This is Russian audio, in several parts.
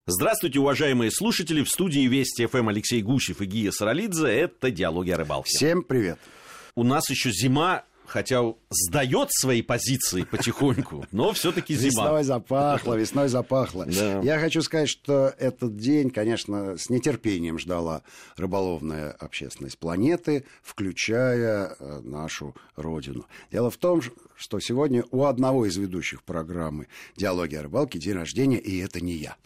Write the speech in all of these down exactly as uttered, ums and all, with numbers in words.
Здравствуйте, уважаемые слушатели. В студии Вести ФМ Алексей Гусев и Гия Саралидзе. Это «Диалоги о рыбалке». Всем привет. У нас еще зима, хотя сдает свои позиции потихоньку, но все-таки зима. Весной запахло, весной запахло. Да. Я хочу сказать, что этот день, конечно, с нетерпением ждала рыболовная общественность планеты, включая э, нашу родину. Дело в том, что сегодня у одного из ведущих программы «Диалоги о рыбалке» день рождения, и это не я.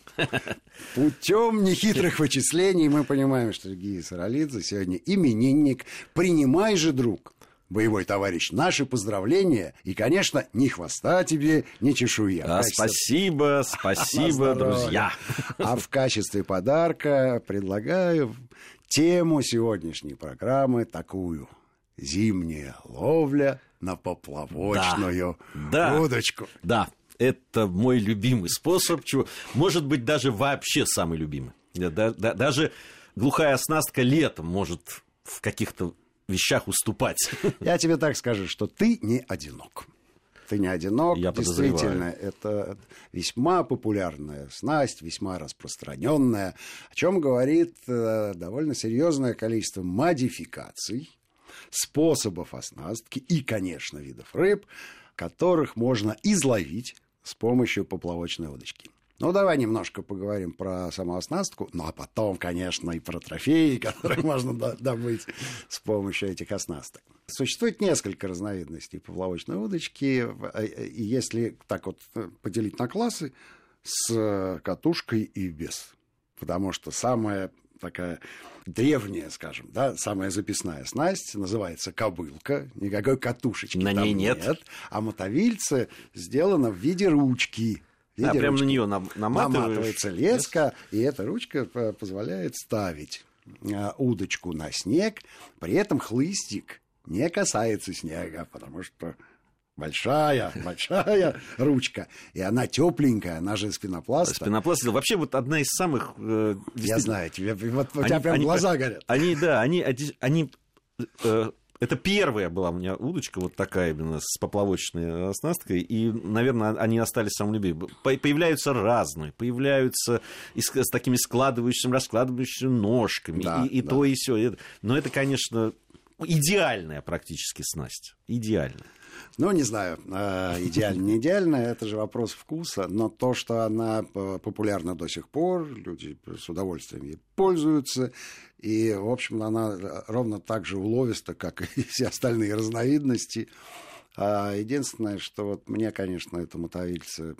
Путем нехитрых вычислений мы понимаем, что Гия Саралидзе сегодня именинник. Принимай же, друг, боевой товарищ, наши поздравления. И, конечно, ни хвоста тебе, ни чешуя. А, качестве... Спасибо, спасибо, друзья. А в качестве подарка предлагаю тему сегодняшней программы такую. Зимняя ловля на поплавочную да, удочку. Да, это мой любимый способ. Чего... Может быть, даже вообще самый любимый. Да, да, даже глухая оснастка летом может в каких-то вещах уступать. Я тебе так скажу, что ты не одинок. Ты не одинок. Я Действительно, это весьма популярная снасть, весьма распространенная, о чем говорит э, довольно серьезное количество модификаций, способов оснастки и, конечно, видов рыб, которых можно изловить с помощью поплавочной удочки. Ну, давай немножко поговорим про саму оснастку, ну, а потом, конечно, и про трофеи, которые можно добыть с помощью этих оснасток. Существует несколько разновидностей поплавочной удочки, и если так вот поделить на классы, с катушкой и без. Потому что самая такая древняя, скажем, да, самая записная снасть называется кобылка, никакой катушечки на там ней нет. нет, а мотовильце сделано в виде ручки. Да, прямо на нее наматываешь. Наматывается леска, и эта ручка позволяет ставить удочку на снег, при этом хлыстик не касается снега, потому что большая, большая ручка, и она тепленькая, она же из пенопласта. Пенопласт, вообще вот одна из самых... Э, Я знаю, тебе, вот, у тебя прям они, глаза горят. Они, да, они... они э, это первая была у меня удочка, вот такая именно, с поплавочной оснасткой, и, наверное, они остались самыми любимыми. Появляются разные, появляются и с, с такими складывающимися, раскладывающимися ножками, да, и, и да. то, и сё. Но это, конечно, идеальная практически снасть, идеальная. Ну, не знаю, идеально, не идеально, это же вопрос вкуса, но то, что она популярна до сих пор, люди с удовольствием ей пользуются, и, в общем, она ровно так же уловиста, как и все остальные разновидности. Единственное, что вот мне, конечно, это мотовильце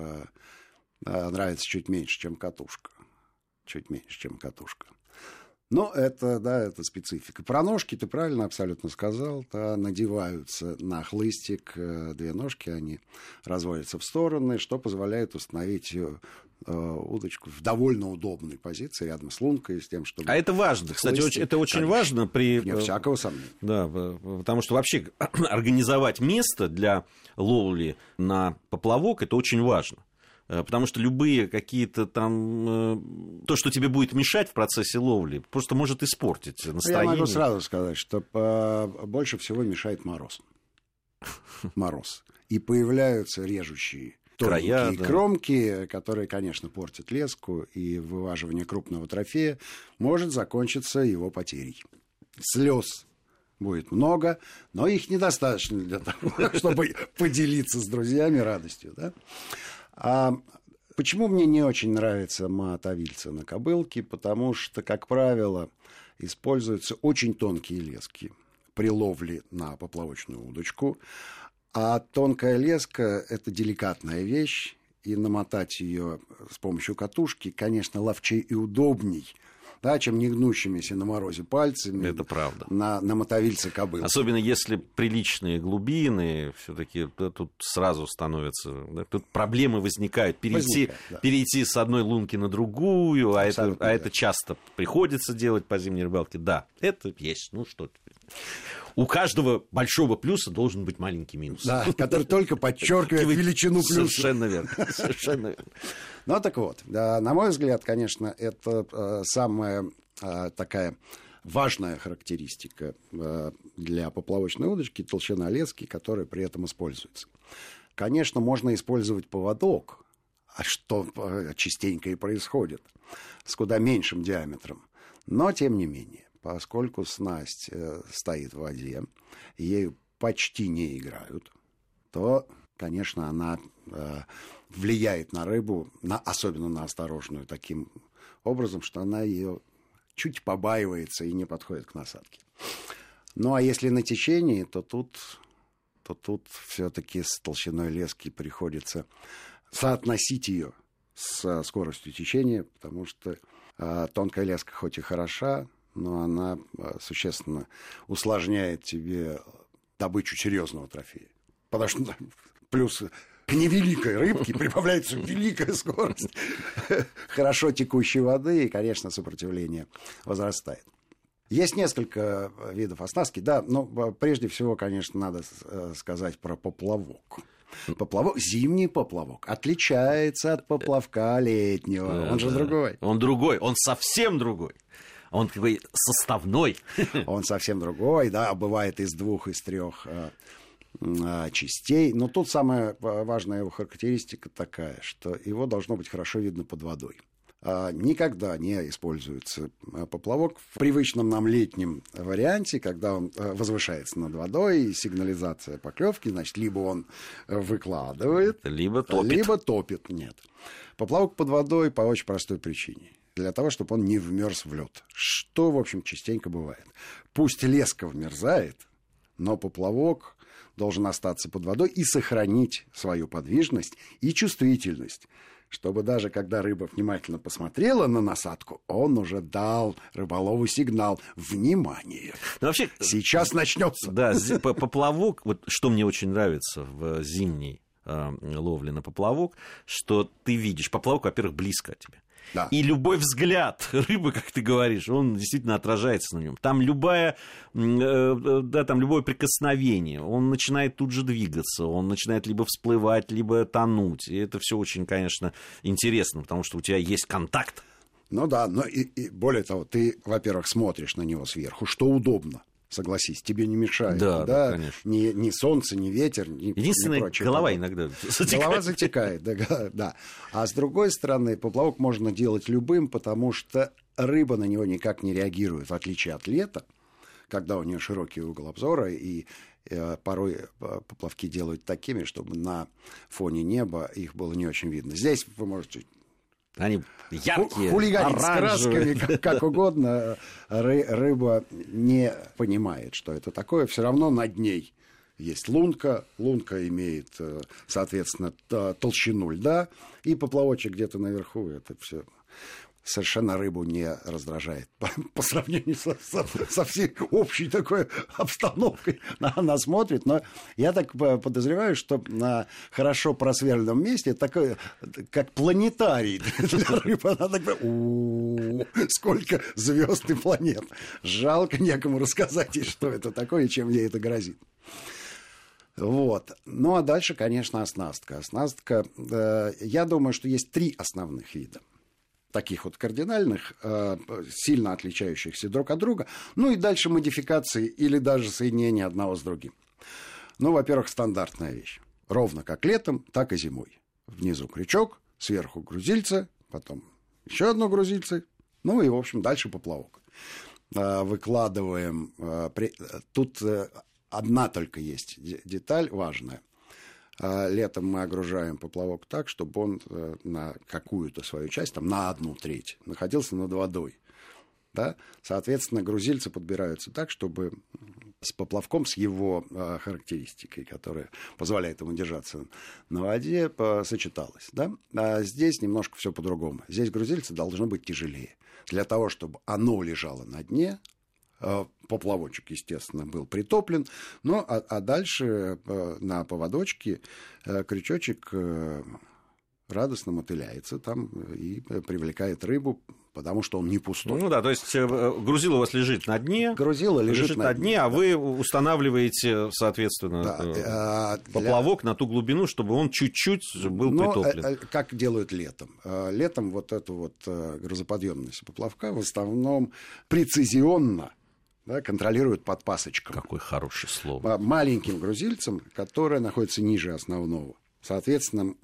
нравится чуть меньше, чем катушка. Чуть меньше, чем катушка. Но это, да, это специфика. Про ножки ты правильно абсолютно сказал. Да, надеваются на хлыстик две ножки, они разводятся в стороны, что позволяет установить э, удочку в довольно удобной позиции рядом с лункой, с тем, чтобы... А это важно, кстати, хлыстик, это очень конечно, важно при... Вне всякого сомнения. Да, потому что вообще организовать место для ловли на поплавок, это очень важно. Потому что любые какие-то там... То, что тебе будет мешать в процессе ловли, просто может испортить настроение. Я могу сразу сказать, что больше всего мешает мороз. Мороз. И появляются режущие тонкие Края, да. кромки, которые, конечно, портят леску, и вываживание крупного трофея может закончиться его потерей. Слез будет много, но их недостаточно для того, чтобы поделиться с друзьями радостью, да? А почему мне не очень нравится мотовильце на кобылке? Потому что, как правило, используются очень тонкие лески при ловле на поплавочную удочку. А тонкая леска – это деликатная вещь, и намотать ее с помощью катушки, конечно, ловчей и удобней, да, чем не гнущимися на морозе пальцами. Это правда. На, на мотовильце кобылки. Особенно если приличные глубины, все-таки да, тут сразу становится... Да, тут проблемы возникают. Перейти, Возникает, да. перейти с одной лунки на другую, а это, а это часто приходится делать по зимней рыбалке. Да, это есть. Ну что у каждого большого плюса должен быть маленький минус. Да, который только подчеркивает величину плюса. Совершенно верно. Совершенно верно. Ну, так вот, да, на мой взгляд, конечно, это э, самая э, такая важная характеристика э, для поплавочной удочки — толщина лески, которая при этом используется. Конечно, можно использовать поводок, что частенько и происходит, с куда меньшим диаметром. Но, тем не менее, поскольку снасть стоит в воде, ею почти не играют, то, конечно, она влияет на рыбу, на, особенно на осторожную, таким образом, что она ее чуть побаивается и не подходит к насадке. Ну, а если на течении, то тут, то тут все-таки с толщиной лески приходится соотносить ее с скоростью течения, потому что э, тонкая леска хоть и хороша, но она э, существенно усложняет тебе добычу серьезного трофея. Потому что плюс к невеликой рыбке прибавляется великая скорость хорошо текущей воды, и, конечно, сопротивление возрастает. Есть несколько видов оснастки, да, но прежде всего, конечно, надо сказать про поплавок. Поплавок, зимний поплавок отличается от поплавка летнего. Он же другой. Он другой, он совсем другой. Он такой составной. Он совсем другой, да, бывает из двух, из трех частей. Но тут самая важная его характеристика такая, что его должно быть хорошо видно под водой. Никогда не используется поплавок в привычном нам летнем варианте, когда он возвышается над водой, и сигнализация поклевки, значит, либо он выкладывает, либо топит. Либо топит. Нет. Поплавок под водой по очень простой причине. Для того, чтобы он не вмерз в лед. Что, в общем, частенько бывает. Пусть леска вмерзает, но поплавок должен остаться под водой и сохранить свою подвижность и чувствительность, чтобы даже когда рыба внимательно посмотрела на насадку, он уже дал рыболову сигнал: внимание, ну, вообще, сейчас начнется. Да, поплавок, вот что мне очень нравится в зимней э, ловле на поплавок, что ты видишь, поплавок, во-первых, близко от тебя. Да. И любой взгляд рыбы, как ты говоришь, он действительно отражается на нем. Там любая, да, там любое прикосновение, он начинает тут же двигаться, он начинает либо всплывать, либо тонуть. И это все очень, конечно, интересно, потому что у тебя есть контакт. Ну да, но и, и более того, ты, во-первых, смотришь на него сверху, что удобно. Согласись, тебе не мешает. Да, да, да, конечно. Ни, ни солнце, ни ветер, ни Единственное, ни прочее. Голова Голова иногда затекает. Голова затекает, да, да. А с другой стороны, поплавок можно делать любым, потому что рыба на него никак не реагирует, в отличие от лета, когда у нее широкий угол обзора, и э, порой поплавки делают такими, чтобы на фоне неба их было не очень видно. Здесь вы можете... Они яркие, хулиганить с красками, как, как угодно. Ры, рыба не понимает, что это такое. Все равно над ней есть лунка. Лунка имеет, соответственно, толщину льда. И поплавочек где-то наверху. Это все совершенно рыбу не раздражает. По, по сравнению со, со, со всей общей такой обстановкой она смотрит. Но я так подозреваю, что на хорошо просверленном месте такое, как планетарий для рыбы. Она такая: у-у-у, сколько звезд и планет. Жалко некому рассказать ей, что это такое и чем ей это грозит. Вот. Ну, а дальше, конечно, оснастка. Оснастка, э, я думаю, что есть три основных вида. Таких вот кардинальных, сильно отличающихся друг от друга. Ну и дальше модификации или даже соединения одного с другим. Ну, во-первых, стандартная вещь. Ровно как летом, так и зимой. Внизу крючок, сверху грузильце, потом еще одно грузильце. Ну и, в общем, дальше поплавок. Выкладываем. Тут одна только есть деталь важная. Летом мы огружаем поплавок так, чтобы он на какую-то свою часть, там, на одну треть, находился над водой. Да? Соответственно, грузильцы подбираются так, чтобы с поплавком, с его характеристикой, которая позволяет ему держаться на воде, сочеталось. Да? А здесь немножко все по-другому. Здесь грузильцы должны быть тяжелее. Для того, чтобы оно лежало на дне, поплавочек, естественно, был притоплен, ну, а, а дальше на поводочке крючочек радостно мотыляется там и привлекает рыбу, потому что он не пустой. Ну да, то есть грузило у вас лежит на дне, грузило лежит, лежит на дне, дне а да. вы устанавливаете, соответственно, да, поплавок для... на ту глубину, чтобы он чуть-чуть был Но, притоплен. Как делают летом? Летом вот эту вот грузоподъемность поплавка в основном прецизионно, да, контролируют подпасочком. Какое хорошее слово. Маленьким грузильцем, которое находится ниже основного. Соответственно,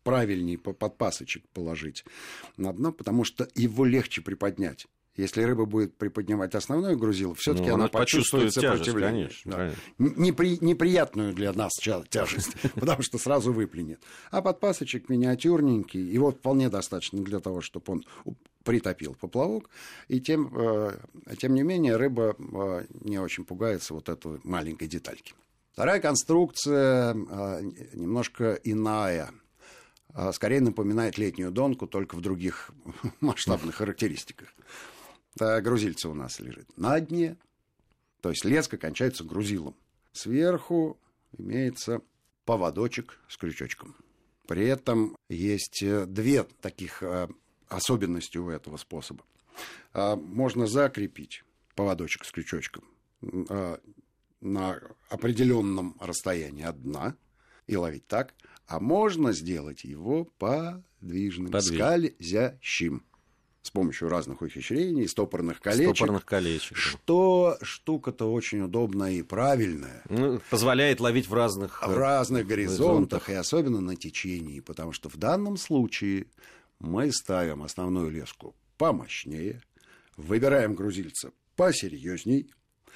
правильнее подпасочек положить на дно, потому что его легче приподнять. Если рыба будет приподнимать основное грузило, все-таки ну, она, она почувствует сопротивление. Тяжесть, конечно, да. Непри, неприятную для нас тяжесть, потому что сразу выплюнет. А подпасочек миниатюрненький, его вполне достаточно для того, чтобы он притопил поплавок. И тем, тем не менее рыба не очень пугается вот этой маленькой детальки. Вторая конструкция немножко иная. Скорее напоминает летнюю донку, только в других масштабных характеристиках. Грузильце у нас лежит на дне, то есть леска кончается грузилом. Сверху имеется поводочек с крючочком. При этом есть две таких особенности у этого способа. Можно закрепить поводочек с крючочком на определенном расстоянии от дна и ловить так, а можно сделать его подвижным, Подвиж. скользящим. С помощью разных ухищрений, стопорных колечек. Стопорных колечек. Что штука-то очень удобная и правильная. Ну, позволяет ловить в разных... В разных горизонтах, горизонтах, и особенно на течении. Потому что в данном случае мы ставим основную леску помощнее, выбираем грузильца посерьезней,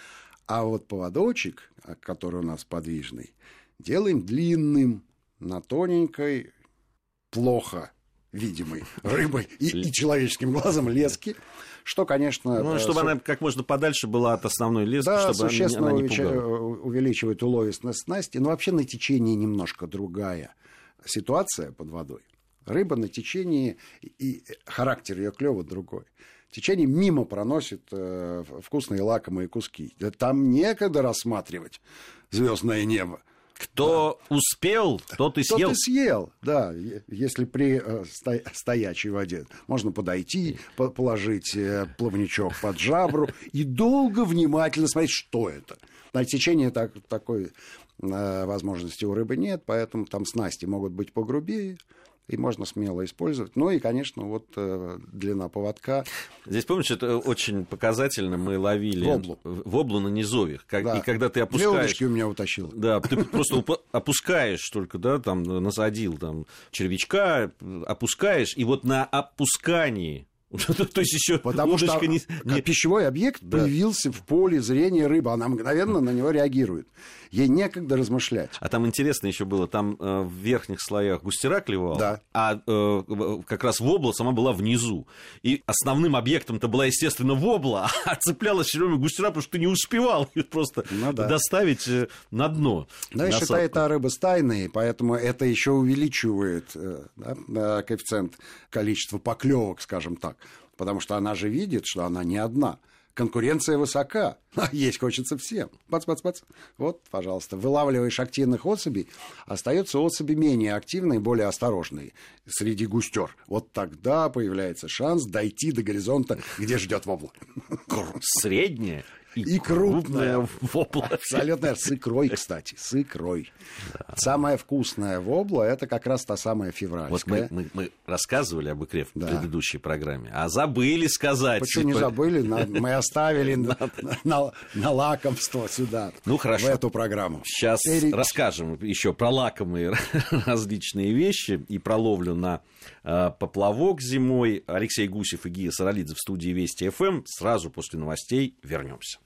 а вот поводочек, который у нас подвижный, делаем длинным, на тоненькой, плохо видимой рыбой и, и человеческим глазом лески, что, конечно... Ну, чтобы су... она как можно подальше была от основной лески, да, чтобы существенно она не увеч... увеличивает уловистность снасти, но вообще на течении немножко другая ситуация под водой. Рыба на течении, и характер ее клёва другой. Течение мимо проносит э, вкусные лакомые куски. Там некогда рассматривать звездное небо. Кто да. успел, тот и съел. Тот и съел, да. Если при э, сто... стоячей воде можно подойти, по- положить э, плавничок под жабру и долго внимательно смотреть, что это. На течении так, такой э, возможности у рыбы нет, поэтому там снасти могут быть погрубее. И можно смело использовать. Ну и, конечно, вот э, длина поводка. Здесь, помнишь, это очень показательно. Мы ловили воблу, воблу на низовьях. Как, да. И когда ты опускаешь... Две удочки у меня утащил. Да, ты просто опускаешь только, да, там насадил там, червячка, опускаешь, и вот на опускании... То есть еще Потому что не... как пищевой объект да. появился в поле зрения рыбы, она мгновенно на него реагирует. Ей некогда размышлять. А там интересно еще было, там э, в верхних слоях густера клевала, да. а э, как раз вобла сама была внизу. И основным объектом-то была, естественно, вобла, а цеплялась все время густера, потому что ты не успевал ее просто ну, да. доставить на дно. Да, и считает та рыба стайной, поэтому это еще увеличивает да, коэффициент количества поклевок, скажем так. Потому что она же видит, что она не одна. Конкуренция высока, а есть хочется всем. Бац-бац-бац. Вот, пожалуйста, вылавливаешь активных особей, остаются особи менее активные, более осторожные среди густер. Вот тогда появляется шанс дойти до горизонта, где ждет вобла. Средняя и, и крупная вобла. Абсолютно. С икрой, кстати, с икрой. Да. Самая вкусная вобла — это как раз та самая февральская. Вот мы, мы, мы рассказывали об икре в да. предыдущей программе, а забыли сказать. Почему не забыли? Мы оставили на лакомство сюда, ну, хорошо. В эту программу. Сейчас расскажем еще про лакомые различные вещи и про ловлю на поплавок зимой. Алексей Гусев и Гия Саралидзе в студии Вести ФМ. Сразу после новостей вернемся.